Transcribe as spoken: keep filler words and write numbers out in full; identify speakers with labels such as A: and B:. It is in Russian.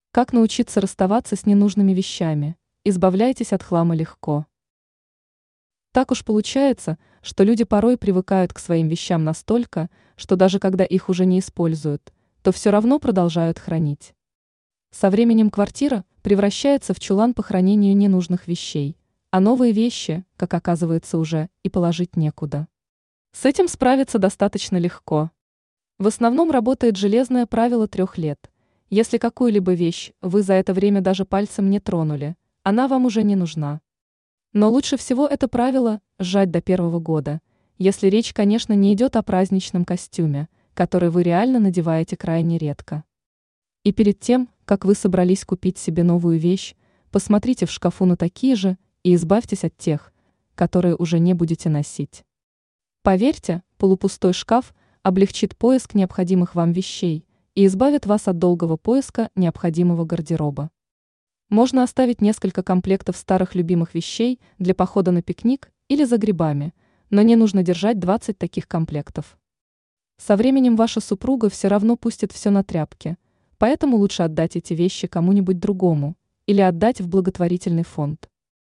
A: Как научиться расставаться с ненужными вещами? Избавляйтесь от хлама легко. Так уж получается, что люди порой привыкают к своим вещам настолько, что даже когда их уже не используют, то все равно продолжают хранить. Со временем квартира превращается в чулан по хранению ненужных вещей, а новые вещи, как оказывается, уже и положить некуда. С этим справиться достаточно легко. В основном работает железное правило трех лет. Если какую-либо вещь вы за это время даже пальцем не тронули, она вам уже не нужна. Но лучше всего это правило сжать до первого года, если речь, конечно, не идет о праздничном костюме, который вы реально надеваете крайне редко. И перед тем, как вы собрались купить себе новую вещь, посмотрите в шкафу на такие же и избавьтесь от тех, которые уже не будете носить. Поверьте, полупустой шкаф облегчит поиск необходимых вам вещей и избавит вас от долгого поиска необходимого гардероба. Можно оставить несколько комплектов старых любимых вещей для похода на пикник или за грибами, но не нужно держать двадцать таких комплектов. Со временем ваша супруга все равно пустит все на тряпки, поэтому лучше отдать эти вещи кому-нибудь другому или отдать в благотворительный фонд.